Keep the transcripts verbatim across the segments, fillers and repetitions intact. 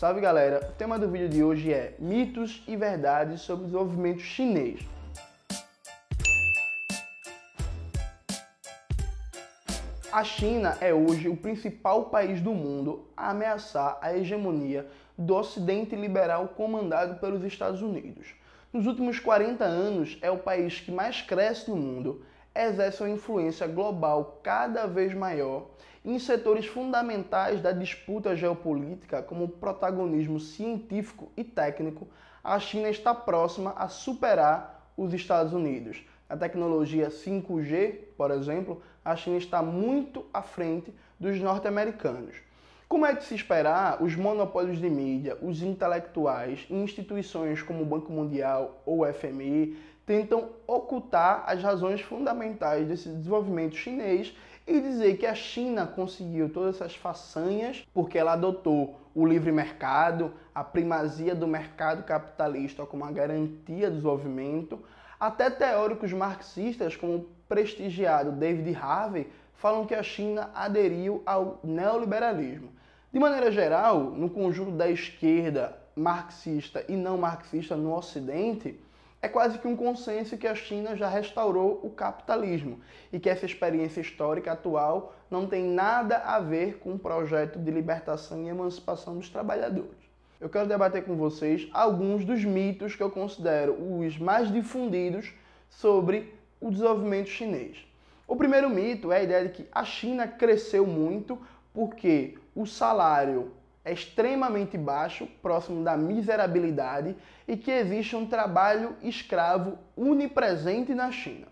Salve galera, o tema do vídeo de hoje é mitos e verdades sobre o desenvolvimento chinês. A China é hoje o principal país do mundo a ameaçar a hegemonia do Ocidente liberal comandado pelos Estados Unidos. Nos últimos quarenta anos, é o país que mais cresce no mundo, exerce uma influência global cada vez maior em setores fundamentais da disputa geopolítica, como o protagonismo científico e técnico. A China está próxima a superar os Estados Unidos. Na tecnologia cinco G, por exemplo, a China está muito à frente dos norte-americanos. Como é de se esperar, os monopólios de mídia, os intelectuais e instituições como o Banco Mundial ou o F M I tentam ocultar as razões fundamentais desse desenvolvimento chinês e dizer que a China conseguiu todas essas façanhas porque ela adotou o livre mercado, a primazia do mercado capitalista como a garantia do desenvolvimento. Até teóricos marxistas, como o prestigiado David Harvey, falam que a China aderiu ao neoliberalismo. De maneira geral, no conjunto da esquerda marxista e não marxista no Ocidente, é quase que um consenso que a China já restaurou o capitalismo e que essa experiência histórica atual não tem nada a ver com um projeto de libertação e emancipação dos trabalhadores. Eu quero debater com vocês alguns dos mitos que eu considero os mais difundidos sobre o desenvolvimento chinês. O primeiro mito é a ideia de que a China cresceu muito porque o salário é extremamente baixo, próximo da miserabilidade, e que existe um trabalho escravo onipresente na China.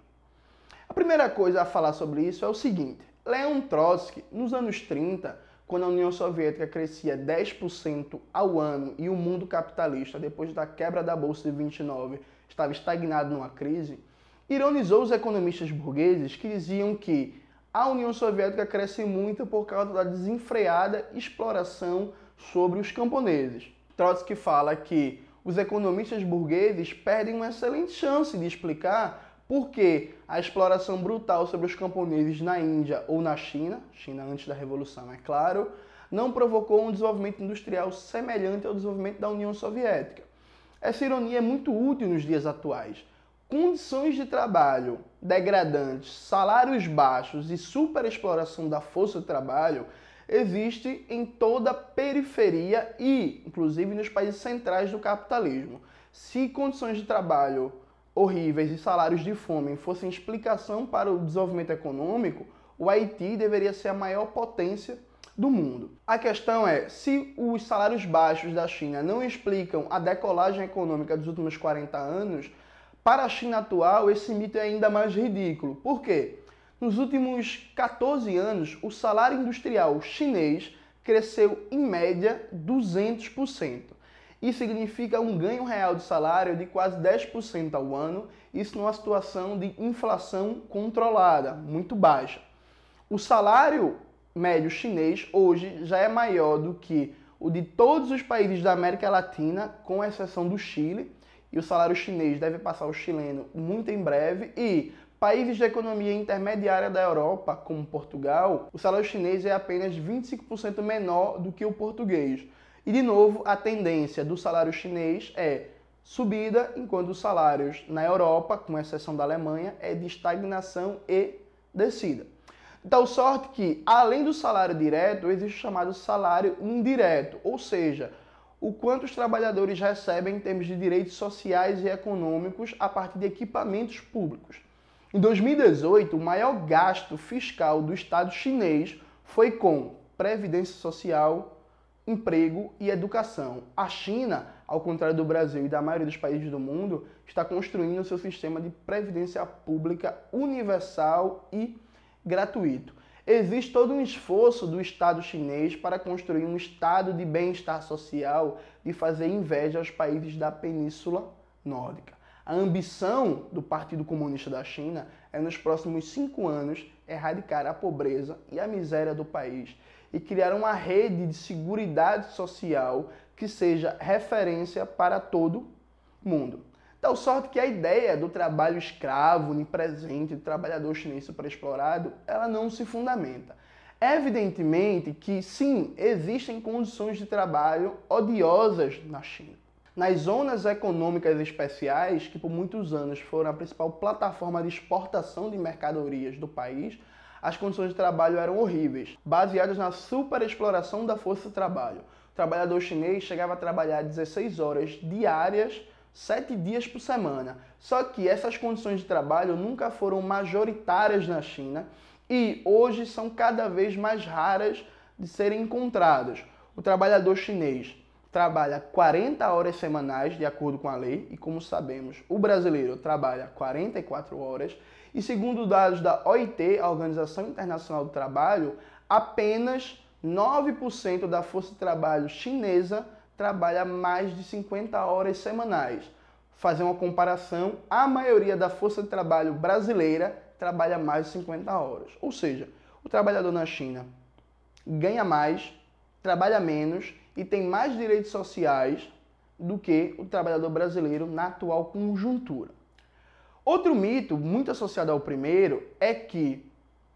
A primeira coisa a falar sobre isso é o seguinte: Leon Trotsky, nos anos trinta, quando a União Soviética crescia dez por cento ao ano e o mundo capitalista, depois da quebra da Bolsa de vinte e nove, estava estagnado numa crise, ironizou os economistas burgueses que diziam que a União Soviética cresce muito por causa da desenfreada exploração sobre os camponeses. Trotsky fala que os economistas burgueses perdem uma excelente chance de explicar por que a exploração brutal sobre os camponeses na Índia ou na China, China antes da Revolução, é claro, não provocou um desenvolvimento industrial semelhante ao desenvolvimento da União Soviética. Essa ironia é muito útil nos dias atuais. Condições de trabalho degradantes, salários baixos e superexploração da força de trabalho existe em toda a periferia e, inclusive, nos países centrais do capitalismo. Se condições de trabalho horríveis e salários de fome fossem explicação para o desenvolvimento econômico, o Haiti deveria ser a maior potência do mundo. A questão é, se os salários baixos da China não explicam a decolagem econômica dos últimos quarenta anos, para a China atual, esse mito é ainda mais ridículo. Por quê? Nos últimos quatorze anos, o salário industrial chinês cresceu em média duzentos por cento. Isso significa um ganho real de salário de quase dez por cento ao ano, isso numa situação de inflação controlada, muito baixa. O salário médio chinês hoje já é maior do que o de todos os países da América Latina, com exceção do Chile, e o salário chinês deve passar o chileno muito em breve, e países de economia intermediária da Europa, como Portugal, o salário chinês é apenas vinte e cinco por cento menor do que o português. E, de novo, a tendência do salário chinês é subida, enquanto os salários na Europa, com exceção da Alemanha, é de estagnação e descida. De tal sorte que, além do salário direto, existe o chamado salário indireto, ou seja, o quanto os trabalhadores recebem em termos de direitos sociais e econômicos a partir de equipamentos públicos. Em dois mil e dezoito, o maior gasto fiscal do Estado chinês foi com previdência social, emprego e educação. A China, ao contrário do Brasil e da maioria dos países do mundo, está construindo seu sistema de previdência pública universal e gratuito. Existe todo um esforço do Estado chinês para construir um estado de bem-estar social e fazer inveja aos países da Península Nórdica. A ambição do Partido Comunista da China é, nos próximos cinco anos, erradicar a pobreza e a miséria do país e criar uma rede de seguridade social que seja referência para todo mundo. Tal sorte que a ideia do trabalho escravo, onipresente, do trabalhador chinês superexplorado, ela não se fundamenta. Evidentemente que sim, existem condições de trabalho odiosas na China. Nas zonas econômicas especiais, que por muitos anos foram a principal plataforma de exportação de mercadorias do país, as condições de trabalho eram horríveis, baseadas na superexploração da força de trabalho. O trabalhador chinês chegava a trabalhar dezesseis horas diárias, sete dias por semana. Só que essas condições de trabalho nunca foram majoritárias na China e hoje são cada vez mais raras de serem encontradas. O trabalhador chinês trabalha quarenta horas semanais, de acordo com a lei, e como sabemos, o brasileiro trabalha quarenta e quatro horas, e segundo dados da O I T, a Organização Internacional do Trabalho, apenas nove por cento da força de trabalho chinesa trabalha mais de cinquenta horas semanais. Fazer uma comparação, a maioria da força de trabalho brasileira trabalha mais de cinquenta horas. Ou seja, o trabalhador na China ganha mais, trabalha menos e tem mais direitos sociais do que o trabalhador brasileiro na atual conjuntura. Outro mito, muito associado ao primeiro, é que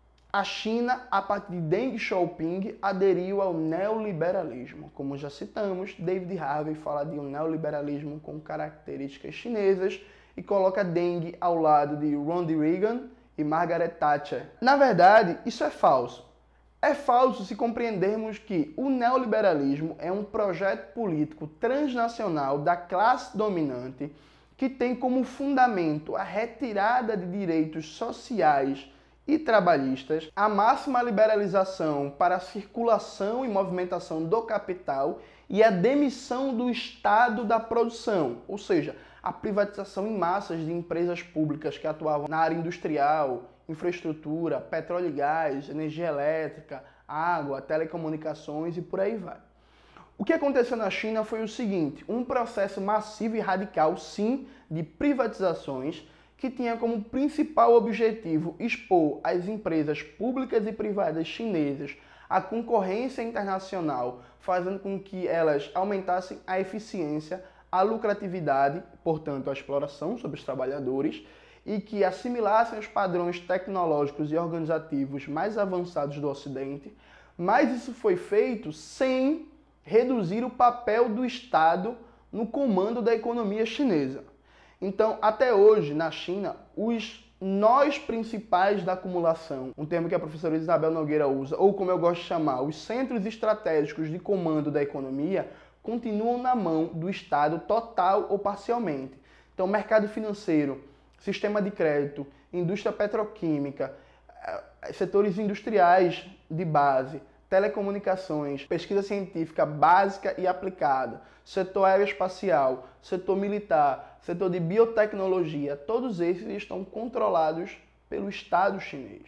a China, a partir de Deng Xiaoping, aderiu ao neoliberalismo. Como já citamos, David Harvey fala de um neoliberalismo com características chinesas e coloca Deng ao lado de Ronald Reagan e Margaret Thatcher. Na verdade, isso é falso. É falso se compreendermos que o neoliberalismo é um projeto político transnacional da classe dominante que tem como fundamento a retirada de direitos sociais e trabalhistas, a máxima liberalização para a circulação e movimentação do capital e a demissão do Estado da produção, ou seja, a privatização em massas de empresas públicas que atuavam na área industrial, infraestrutura, petróleo e gás, energia elétrica, água, telecomunicações e por aí vai. O que aconteceu na China foi o seguinte, um processo massivo e radical, sim, de privatizações que tinha como principal objetivo expor as empresas públicas e privadas chinesas à concorrência internacional, fazendo com que elas aumentassem a eficiência, a lucratividade, portanto a exploração sobre os trabalhadores, e que assimilassem os padrões tecnológicos e organizativos mais avançados do Ocidente, mas isso foi feito sem reduzir o papel do Estado no comando da economia chinesa. Então, até hoje, na China, os nós principais da acumulação, um termo que a professora Isabel Nogueira usa, ou como eu gosto de chamar, os centros estratégicos de comando da economia, continuam na mão do Estado total ou parcialmente. Então, mercado financeiro, sistema de crédito, indústria petroquímica, setores industriais de base, telecomunicações, pesquisa científica básica e aplicada, setor aeroespacial, setor militar, setor de biotecnologia, todos esses estão controlados pelo Estado chinês.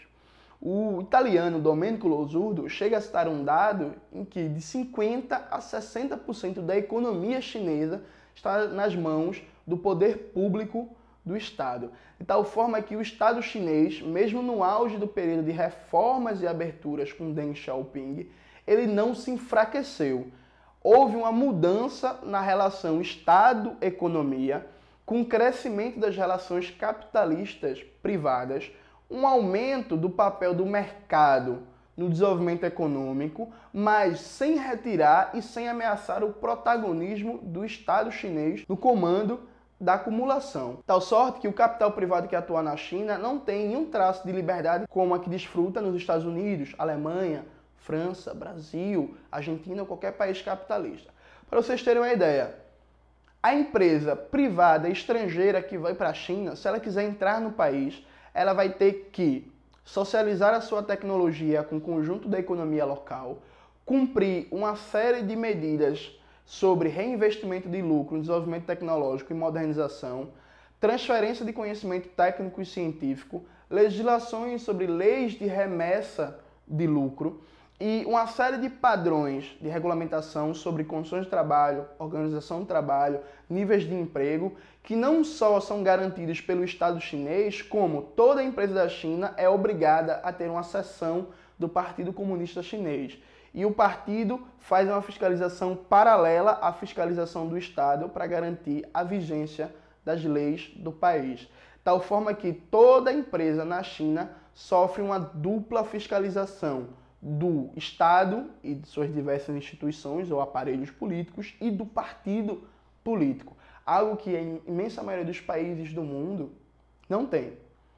O italiano Domenico Losurdo chega a citar um dado em que de cinquenta a sessenta por cento da economia chinesa está nas mãos do poder público do Estado. De tal forma que o Estado chinês, mesmo no auge do período de reformas e aberturas com Deng Xiaoping, ele não se enfraqueceu. Houve uma mudança na relação Estado-economia, com o crescimento das relações capitalistas privadas, um aumento do papel do mercado no desenvolvimento econômico, mas sem retirar e sem ameaçar o protagonismo do Estado chinês no comando da acumulação. Tal sorte que o capital privado que atua na China não tem nenhum traço de liberdade como a que desfruta nos Estados Unidos, Alemanha, França, Brasil, Argentina ou qualquer país capitalista. Para vocês terem uma ideia, a empresa privada estrangeira que vai para a China, se ela quiser entrar no país, ela vai ter que socializar a sua tecnologia com o conjunto da economia local, cumprir uma série de medidas sobre reinvestimento de lucro no desenvolvimento tecnológico e modernização, transferência de conhecimento técnico e científico, legislações sobre leis de remessa de lucro e uma série de padrões de regulamentação sobre condições de trabalho, organização do trabalho, níveis de emprego, que não só são garantidos pelo Estado chinês, como toda empresa da China é obrigada a ter uma seção do Partido Comunista Chinês. E o partido faz uma fiscalização paralela à fiscalização do Estado para garantir a vigência das leis do país. Tal forma que toda empresa na China sofre uma dupla fiscalização do Estado e de suas diversas instituições ou aparelhos políticos e do partido político, algo que a imensa maioria dos países do mundo não tem.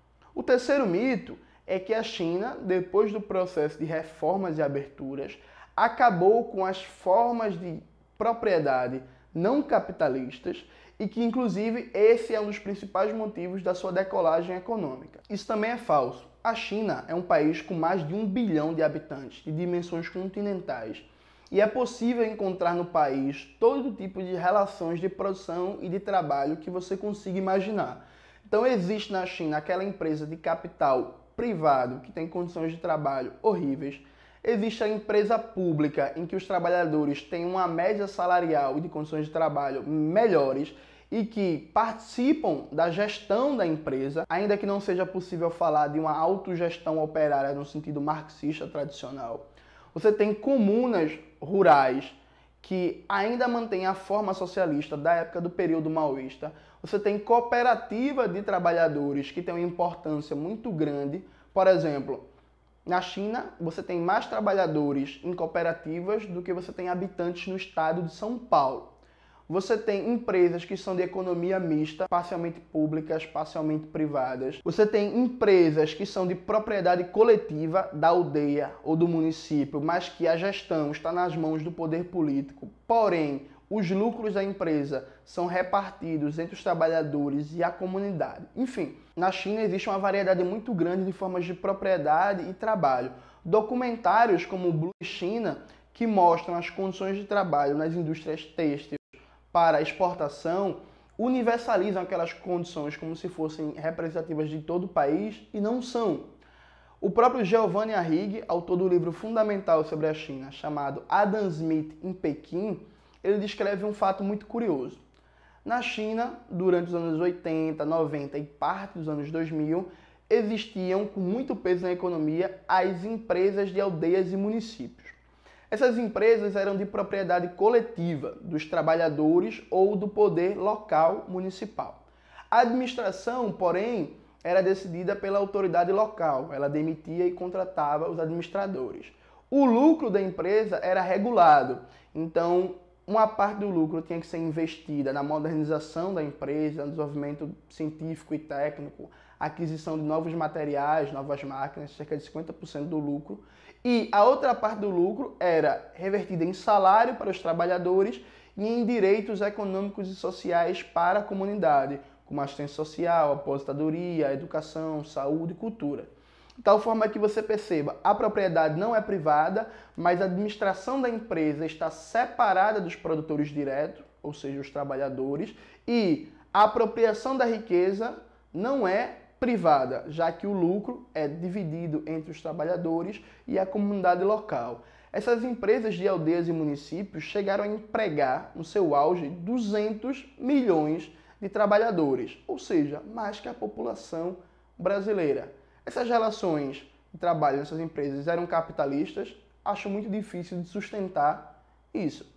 O terceiro mito é que a China, depois do processo de reformas e aberturas, acabou com as formas de propriedade não capitalistas e que, inclusive, esse é um dos principais motivos da sua decolagem econômica. Isso também é falso. A China é um país com mais de um bilhão de habitantes, de dimensões continentais, e é possível encontrar no país todo tipo de relações de produção e de trabalho que você consiga imaginar. Então existe na China aquela empresa de capital privado que tem condições de trabalho horríveis, existe a empresa pública em que os trabalhadores têm uma média salarial e de condições de trabalho melhores e que participam da gestão da empresa, ainda que não seja possível falar de uma autogestão operária no sentido marxista tradicional. Você tem comunas rurais que ainda mantêm a forma socialista da época do período maoísta. Você tem cooperativa de trabalhadores que tem uma importância muito grande. Por exemplo, na China, você tem mais trabalhadores em cooperativas do que você tem habitantes no estado de São Paulo. Você tem empresas que são de economia mista, parcialmente públicas, parcialmente privadas. Você tem empresas que são de propriedade coletiva da aldeia ou do município, mas que a gestão está nas mãos do poder político. Porém, os lucros da empresa são repartidos entre os trabalhadores e a comunidade. Enfim, na China existe uma variedade muito grande de formas de propriedade e trabalho. Documentários como o Blue China, que mostram as condições de trabalho nas indústrias têxteis para exportação, universalizam aquelas condições como se fossem representativas de todo o país e não são. O próprio Giovanni Arrighi, autor do livro fundamental sobre a China, chamado Adam Smith em Pequim, ele descreve um fato muito curioso. Na China, durante os anos oitenta, noventa e parte dos anos dois mil, existiam, com muito peso na economia, as empresas de aldeias e municípios. Essas empresas eram de propriedade coletiva dos trabalhadores ou do poder local municipal. A administração, porém, era decidida pela autoridade local. Ela demitia e contratava os administradores. O lucro da empresa era regulado. Então, uma parte do lucro tinha que ser investida na modernização da empresa, no desenvolvimento científico e técnico, aquisição de novos materiais, novas máquinas, cerca de cinquenta por cento do lucro. E a outra parte do lucro era revertida em salário para os trabalhadores e em direitos econômicos e sociais para a comunidade, como assistência social, aposentadoria, educação, saúde e cultura. De tal forma que você perceba, a propriedade não é privada, mas a administração da empresa está separada dos produtores diretos, ou seja, os trabalhadores, e a apropriação da riqueza não é privada, já que o lucro é dividido entre os trabalhadores e a comunidade local. Essas empresas de aldeias e municípios chegaram a empregar, no seu auge, duzentos milhões de trabalhadores, ou seja, mais que a população brasileira. Essas relações de trabalho nessas empresas eram capitalistas, acho muito difícil de sustentar isso.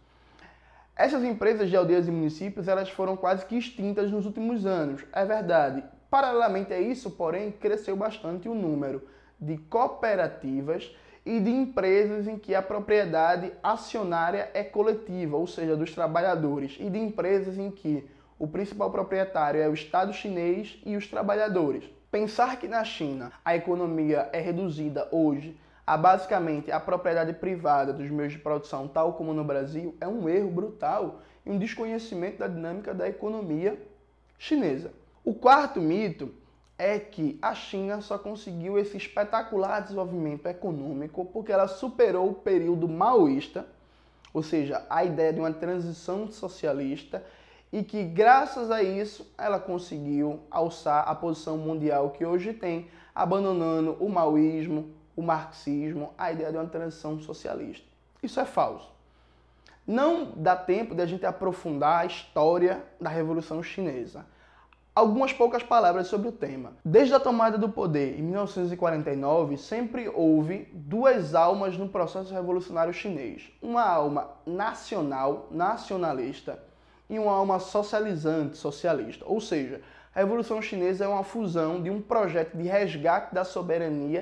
Essas empresas de aldeias e municípios elas foram quase que extintas nos últimos anos, é verdade. Paralelamente a isso, porém, cresceu bastante o número de cooperativas e de empresas em que a propriedade acionária é coletiva, ou seja, dos trabalhadores, e de empresas em que o principal proprietário é o Estado chinês e os trabalhadores. Pensar que na China a economia é reduzida hoje a basicamente a propriedade privada dos meios de produção, tal como no Brasil, é um erro brutal e um desconhecimento da dinâmica da economia chinesa. O quarto mito é que a China só conseguiu esse espetacular desenvolvimento econômico porque ela superou o período maoísta, ou seja, a ideia de uma transição socialista, e que graças a isso ela conseguiu alçar a posição mundial que hoje tem, abandonando o maoísmo, o marxismo, a ideia de uma transição socialista. Isso é falso. Não dá tempo de a gente aprofundar a história da Revolução Chinesa. Algumas poucas palavras sobre o tema. Desde a tomada do poder em mil novecentos e quarenta e nove, sempre houve duas almas no processo revolucionário chinês. Uma alma nacional, nacionalista, e uma alma socializante, socialista. Ou seja, a Revolução Chinesa é uma fusão de um projeto de resgate da soberania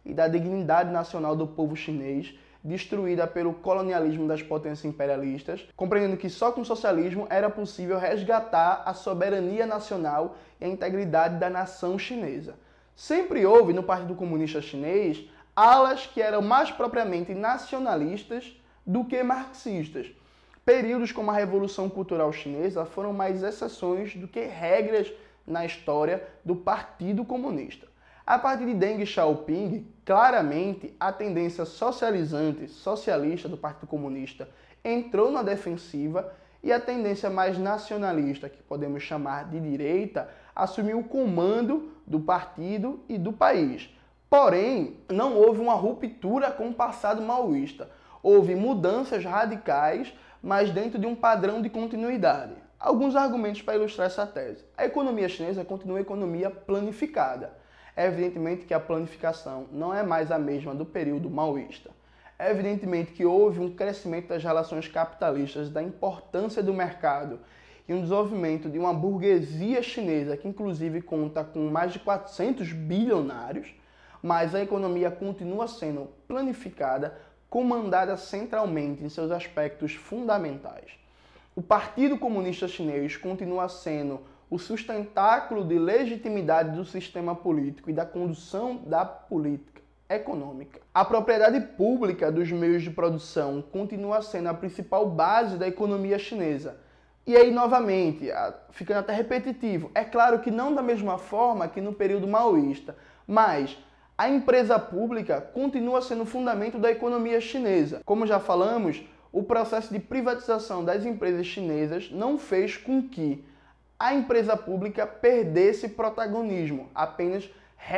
e da dignidade nacional do povo chinês, destruída pelo colonialismo das potências imperialistas, compreendendo que só com o socialismo era possível resgatar a soberania nacional e a integridade da nação chinesa. Sempre houve no Partido Comunista Chinês alas que eram mais propriamente nacionalistas do que marxistas. Períodos como a Revolução Cultural Chinesa foram mais exceções do que regras na história do Partido Comunista. A partir de Deng Xiaoping, claramente a tendência socializante, socialista do Partido Comunista entrou na defensiva e a tendência mais nacionalista, que podemos chamar de direita, assumiu o comando do partido e do país. Porém, não houve uma ruptura com o passado maoísta. Houve mudanças radicais, mas dentro de um padrão de continuidade. Alguns argumentos para ilustrar essa tese. A economia chinesa continua a economia planificada. É evidentemente que a planificação não é mais a mesma do período maoísta. É evidentemente que houve um crescimento das relações capitalistas, da importância do mercado e um desenvolvimento de uma burguesia chinesa que inclusive conta com mais de quatrocentos bilionários, mas a economia continua sendo planificada, comandada centralmente em seus aspectos fundamentais. O Partido Comunista Chinês continua sendo o sustentáculo de legitimidade do sistema político e da condução da política econômica. A propriedade pública dos meios de produção continua sendo a principal base da economia chinesa. E aí, novamente, ficando até repetitivo, é claro que não da mesma forma que no período maoísta, mas a empresa pública continua sendo o fundamento da economia chinesa. Como já falamos, o processo de privatização das empresas chinesas não fez com que a empresa pública perdesse protagonismo, apenas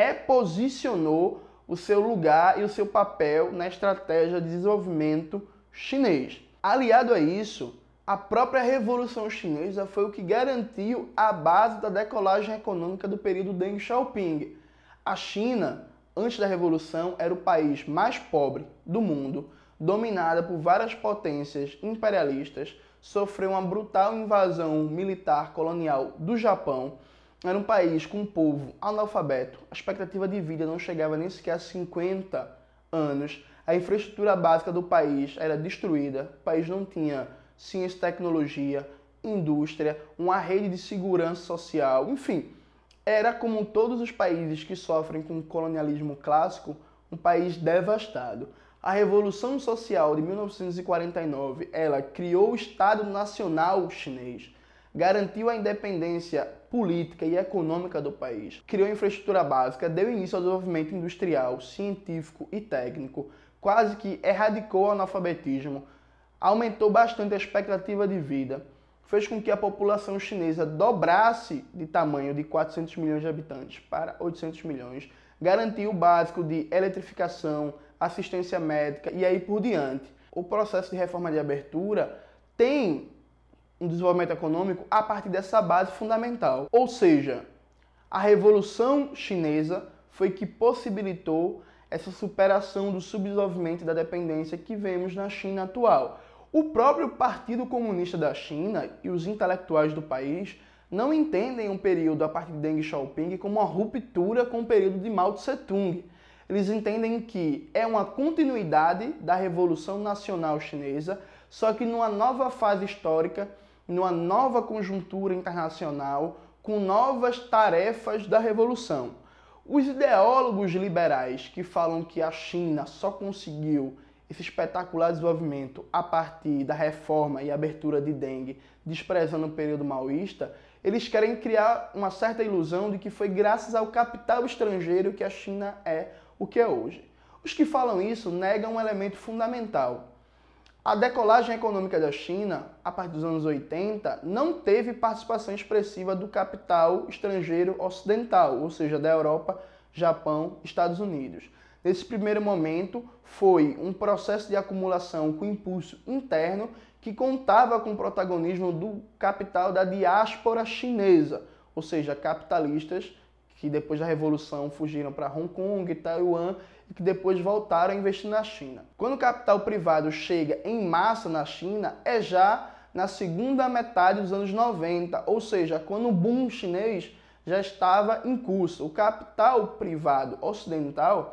reposicionou o seu lugar e o seu papel na estratégia de desenvolvimento chinês. Aliado a isso, a própria Revolução Chinesa foi o que garantiu a base da decolagem econômica do período Deng Xiaoping. A China, antes da Revolução, era o país mais pobre do mundo, dominada por várias potências imperialistas, sofreu uma brutal invasão militar colonial do Japão. Era um país com um povo analfabeto, a expectativa de vida não chegava nem sequer a cinquenta anos, a infraestrutura básica do país era destruída, o país não tinha ciência e tecnologia, indústria, uma rede de segurança social, enfim, era como todos os países que sofrem com o colonialismo clássico, um país devastado. A Revolução Social de mil novecentos e quarenta e nove, ela criou o Estado Nacional Chinês, garantiu a independência política e econômica do país, criou infraestrutura básica, deu início ao desenvolvimento industrial, científico e técnico, quase que erradicou o analfabetismo, aumentou bastante a expectativa de vida, fez com que a população chinesa dobrasse de tamanho de quatrocentos milhões de habitantes para oitocentos milhões, garantiu o básico de eletrificação, assistência médica e aí por diante. O processo de reforma de abertura tem um desenvolvimento econômico a partir dessa base fundamental. Ou seja, a Revolução Chinesa foi que possibilitou essa superação do subdesenvolvimento e da dependência que vemos na China atual. O próprio Partido Comunista da China e os intelectuais do país não entendem um período a partir de Deng Xiaoping como uma ruptura com o período de Mao Tse-tung. Eles entendem que é uma continuidade da Revolução Nacional Chinesa, só que numa nova fase histórica, numa nova conjuntura internacional, com novas tarefas da Revolução. Os ideólogos liberais que falam que a China só conseguiu esse espetacular desenvolvimento a partir da reforma e abertura de Deng, desprezando o período maoísta, eles querem criar uma certa ilusão de que foi graças ao capital estrangeiro que a China é o que é hoje. Os que falam isso negam um elemento fundamental. A decolagem econômica da China, a partir dos anos oitenta, não teve participação expressiva do capital estrangeiro ocidental, ou seja, da Europa, Japão, Estados Unidos. Nesse primeiro momento, foi um processo de acumulação com impulso interno que contava com o protagonismo do capital da diáspora chinesa, ou seja, capitalistas que depois da Revolução fugiram para Hong Kong e Taiwan e que depois voltaram a investir na China. Quando o capital privado chega em massa na China, é já na segunda metade dos anos noventa, ou seja, quando o boom chinês já estava em curso. O capital privado ocidental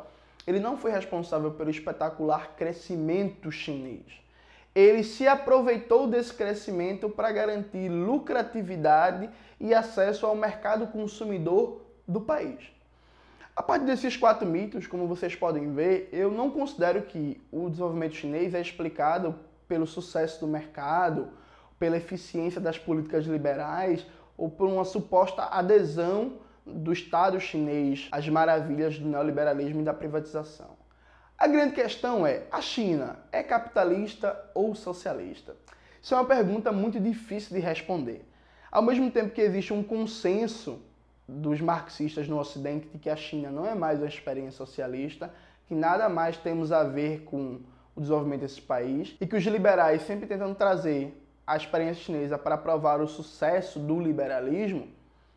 ele não foi responsável pelo espetacular crescimento chinês. Ele se aproveitou desse crescimento para garantir lucratividade e acesso ao mercado consumidor do país. A partir desses quatro mitos, como vocês podem ver, eu não considero que o desenvolvimento chinês é explicado pelo sucesso do mercado, pela eficiência das políticas liberais ou por uma suposta adesão do Estado chinês às maravilhas do neoliberalismo e da privatização. A grande questão é, a China é capitalista ou socialista? Isso é uma pergunta muito difícil de responder. Ao mesmo tempo que existe um consenso dos marxistas no Ocidente de que a China não é mais uma experiência socialista, que nada mais temos a ver com o desenvolvimento desse país, e que os liberais sempre tentam trazer a experiência chinesa para provar o sucesso do liberalismo,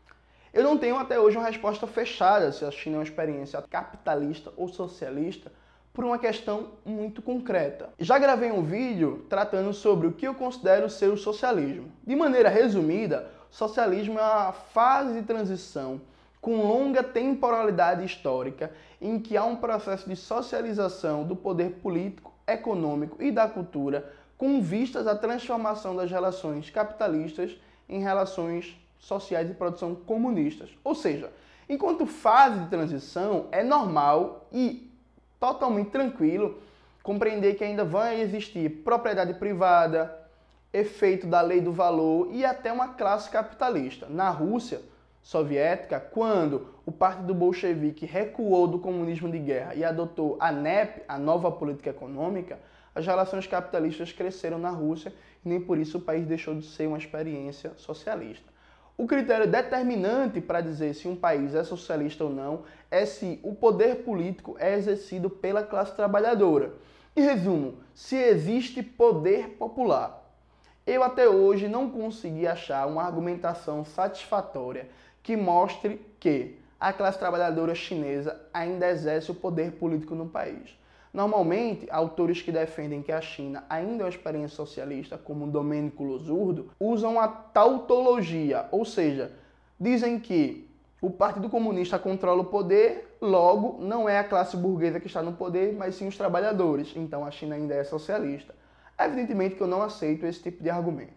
eu não tenho até hoje uma resposta fechada se a China é uma experiência capitalista ou socialista, por uma questão muito concreta. Já gravei um vídeo tratando sobre o que eu considero ser o socialismo. De maneira resumida, socialismo é uma fase de transição com longa temporalidade histórica em que há um processo de socialização do poder político, econômico e da cultura com vistas à transformação das relações capitalistas em relações sociais de produção comunistas. Ou seja, enquanto fase de transição, é normal e totalmente tranquilo compreender que ainda vai existir propriedade privada, efeito da lei do valor e até uma classe capitalista. Na Rússia soviética, quando o Partido Bolchevique recuou do comunismo de guerra e adotou a N E P, a nova política econômica, as relações capitalistas cresceram na Rússia e nem por isso o país deixou de ser uma experiência socialista. O critério determinante para dizer se um país é socialista ou não é se o poder político é exercido pela classe trabalhadora. Em resumo, se existe poder popular. Eu até hoje não consegui achar uma argumentação satisfatória que mostre que a classe trabalhadora chinesa ainda exerce o poder político no país. Normalmente, autores que defendem que a China ainda é uma experiência socialista, como Domênico Losurdo, usam a tautologia, ou seja, dizem que o Partido Comunista controla o poder, logo não é a classe burguesa que está no poder, mas sim os trabalhadores, então a China ainda é socialista. Evidentemente que eu não aceito esse tipo de argumento.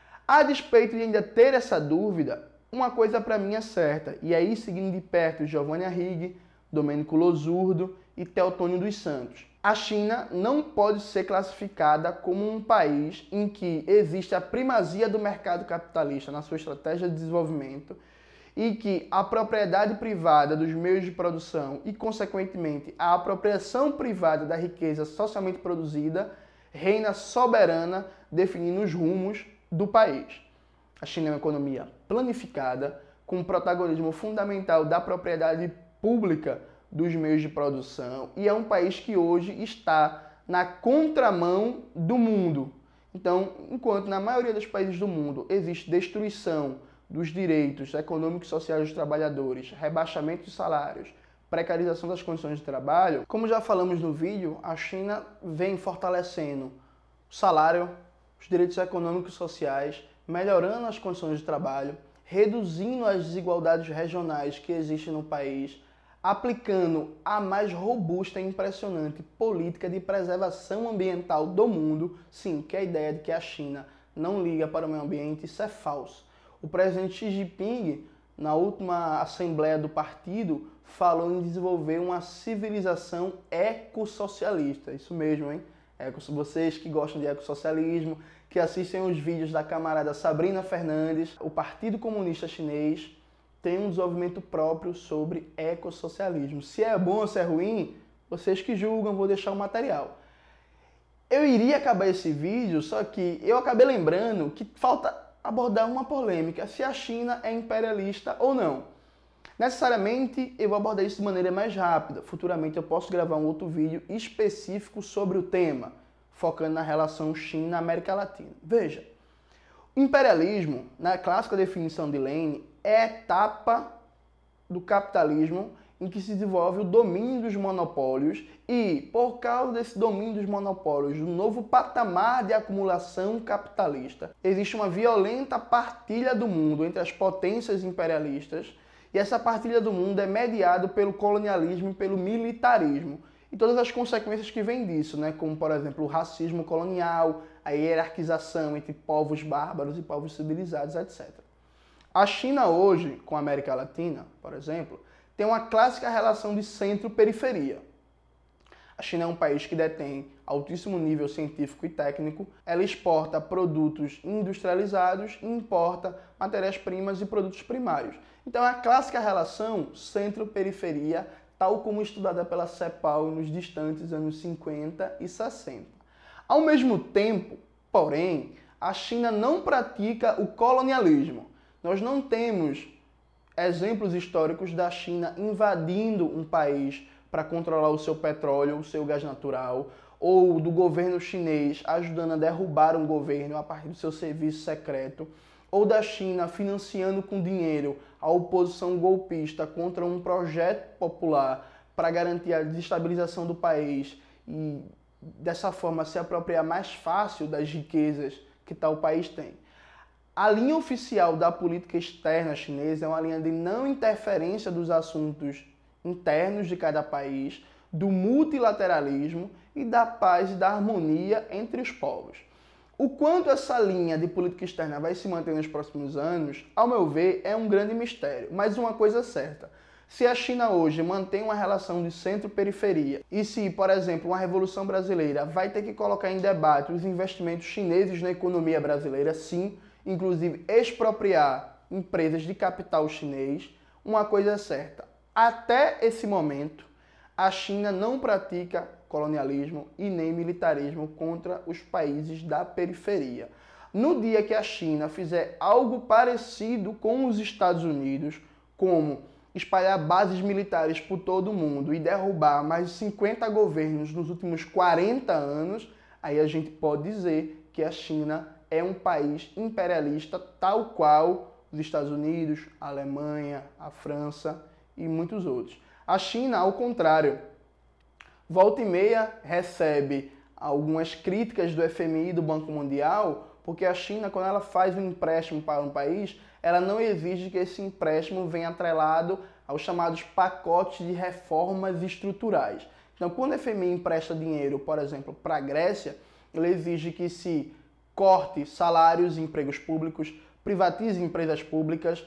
A despeito de ainda ter essa dúvida, uma coisa para mim é certa, e aí seguindo de perto Giovanni Arrighi, Domênico Losurdo e Teotônio dos Santos. A China não pode ser classificada como um país em que existe a primazia do mercado capitalista na sua estratégia de desenvolvimento e que a propriedade privada dos meios de produção e, consequentemente, a apropriação privada da riqueza socialmente produzida reina soberana definindo os rumos do país. A China é uma economia planificada, com um protagonismo fundamental da propriedade pública dos meios de produção e é um país que hoje está na contramão do mundo. Então, enquanto na maioria dos países do mundo existe destruição dos direitos econômicos e sociais dos trabalhadores, rebaixamento de salários, precarização das condições de trabalho, como já falamos no vídeo, a China vem fortalecendo o salário, os direitos econômicos e sociais, melhorando as condições de trabalho, reduzindo as desigualdades regionais que existem no país, aplicando a mais robusta e impressionante política de preservação ambiental do mundo. Sim, que é a ideia de que a China não liga para o meio ambiente, isso é falso. O presidente Xi Jinping, na última assembleia do partido, falou em desenvolver uma civilização ecossocialista. Isso mesmo, hein? Vocês que gostam de ecossocialismo, que assistem os vídeos da camarada Sabrina Fernandes, o Partido Comunista Chinês tem um desenvolvimento próprio sobre ecossocialismo. Se é bom ou se é ruim, vocês que julgam, vou deixar o material. Eu iria acabar esse vídeo, só que eu acabei lembrando que falta abordar uma polêmica, se a China é imperialista ou não. Necessariamente eu vou abordar isso de maneira mais rápida. Futuramente eu posso gravar um outro vídeo específico sobre o tema, focando na relação China-América Latina. Veja, o imperialismo, na clássica definição de Lenin, é a etapa do capitalismo em que se desenvolve o domínio dos monopólios e, por causa desse domínio dos monopólios, do novo patamar de acumulação capitalista, existe uma violenta partilha do mundo entre as potências imperialistas e essa partilha do mundo é mediada pelo colonialismo e pelo militarismo. e todas as consequências que vêm disso, né? Como, por exemplo, o racismo colonial, a hierarquização entre povos bárbaros e povos civilizados, etcétera. A China hoje, com a América Latina, por exemplo, tem uma clássica relação de centro-periferia. A China é um país que detém altíssimo nível científico e técnico, ela exporta produtos industrializados e importa matérias-primas e produtos primários. Então é a clássica relação centro-periferia, tal como estudada pela CEPAL nos distantes anos cinquenta e sessenta. Ao mesmo tempo, porém, a China não pratica o colonialismo. Nós não temos exemplos históricos da China invadindo um país para controlar o seu petróleo, o seu gás natural, ou do governo chinês ajudando a derrubar um governo a partir do seu serviço secreto, ou da China financiando com dinheiro a oposição golpista contra um projeto popular para garantir a desestabilização do país e, dessa forma, se apropriar mais fácil das riquezas que tal país tem. A linha oficial da política externa chinesa é uma linha de não interferência dos assuntos internos de cada país, do multilateralismo e da paz e da harmonia entre os povos. O quanto essa linha de política externa vai se manter nos próximos anos, ao meu ver, é um grande mistério. Mas uma coisa é certa, se a China hoje mantém uma relação de centro-periferia e se, por exemplo, uma Revolução Brasileira vai ter que colocar em debate os investimentos chineses na economia brasileira, sim, inclusive expropriar empresas de capital chinês, uma coisa é certa. Até esse momento, a China não pratica colonialismo e nem militarismo contra os países da periferia. No dia que a China fizer algo parecido com os Estados Unidos, como espalhar bases militares por todo o mundo e derrubar mais de cinquenta governos nos últimos quarenta anos, aí a gente pode dizer que a China é um país imperialista tal qual os Estados Unidos, a Alemanha, a França e muitos outros. A China, ao contrário, volta e meia recebe algumas críticas do F M I e do Banco Mundial, porque a China, quando ela faz um empréstimo para um país, ela não exige que esse empréstimo venha atrelado aos chamados pacotes de reformas estruturais. Então, quando o F M I empresta dinheiro, por exemplo, para a Grécia, ele exige que se corte salários e empregos públicos, privatize empresas públicas,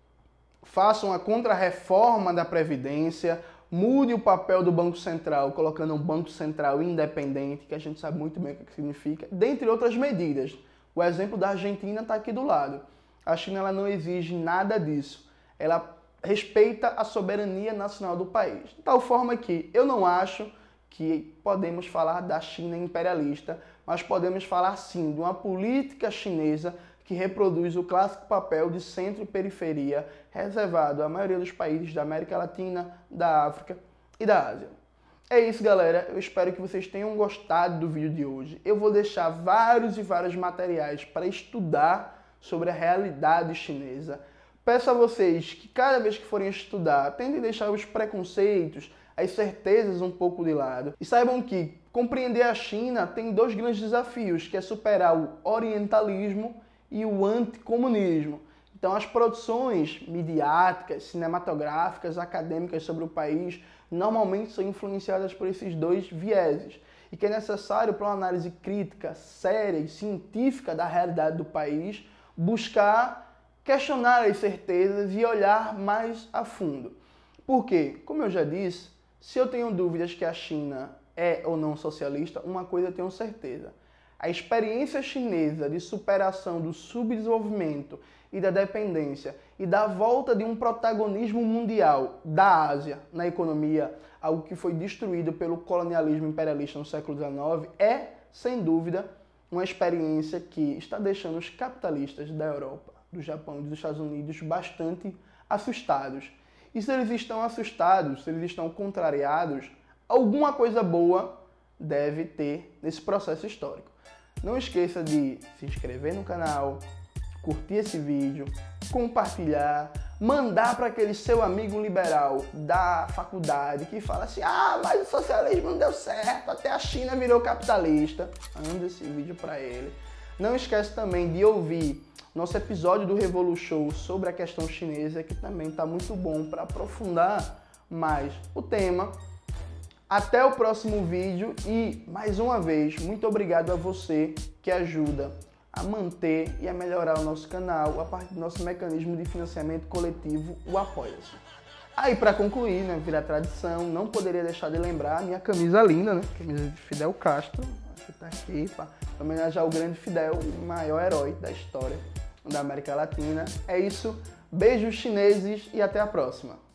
façam a contra-reforma da Previdência, mude o papel do Banco Central, colocando um Banco Central independente, que a gente sabe muito bem o que significa, dentre outras medidas. O exemplo da Argentina está aqui do lado. A China ela não exige nada disso. Ela respeita a soberania nacional do país. De tal forma que eu não acho que podemos falar da China imperialista, mas podemos falar sim de uma política chinesa que reproduz o clássico papel de centro e periferia reservado à maioria dos países da América Latina, da África e da Ásia. É isso, galera. Eu espero que vocês tenham gostado do vídeo de hoje. Eu vou deixar vários e vários materiais para estudar sobre a realidade chinesa. Peço a vocês que cada vez que forem estudar, tentem deixar os preconceitos, as certezas um pouco de lado. E saibam que compreender a China tem dois grandes desafios, que é superar o orientalismo e o anticomunismo. Então as produções midiáticas, cinematográficas, acadêmicas sobre o país normalmente são influenciadas por esses dois vieses. E que é necessário, para uma análise crítica, séria e científica da realidade do país, buscar questionar as certezas e olhar mais a fundo. Porque, como eu já disse, se eu tenho dúvidas que a China é ou não socialista, uma coisa eu tenho certeza. A experiência chinesa de superação do subdesenvolvimento e da dependência e da volta de um protagonismo mundial da Ásia na economia, algo que foi destruído pelo colonialismo imperialista no século dezenove, é, sem dúvida, uma experiência que está deixando os capitalistas da Europa, do Japão e dos Estados Unidos bastante assustados. E se eles estão assustados, se eles estão contrariados, alguma coisa boa deve ter nesse processo histórico. Não esqueça de se inscrever no canal, curtir esse vídeo, compartilhar, mandar para aquele seu amigo liberal da faculdade que fala assim: ah, mas o socialismo não deu certo, até a China virou capitalista. Manda esse vídeo para ele. Não esquece também de ouvir nosso episódio do Revolution sobre a questão chinesa, que também está muito bom para aprofundar mais o tema. Até o próximo vídeo e, mais uma vez, muito obrigado a você que ajuda a manter e a melhorar o nosso canal a partir do nosso mecanismo de financiamento coletivo, o Apoia-se. Aí, para concluir, né, virar tradição, não poderia deixar de lembrar a minha camisa linda, né? Camisa de Fidel Castro, que tá aqui para homenagear o grande Fidel, o maior herói da história da América Latina. É isso, beijos chineses e até a próxima!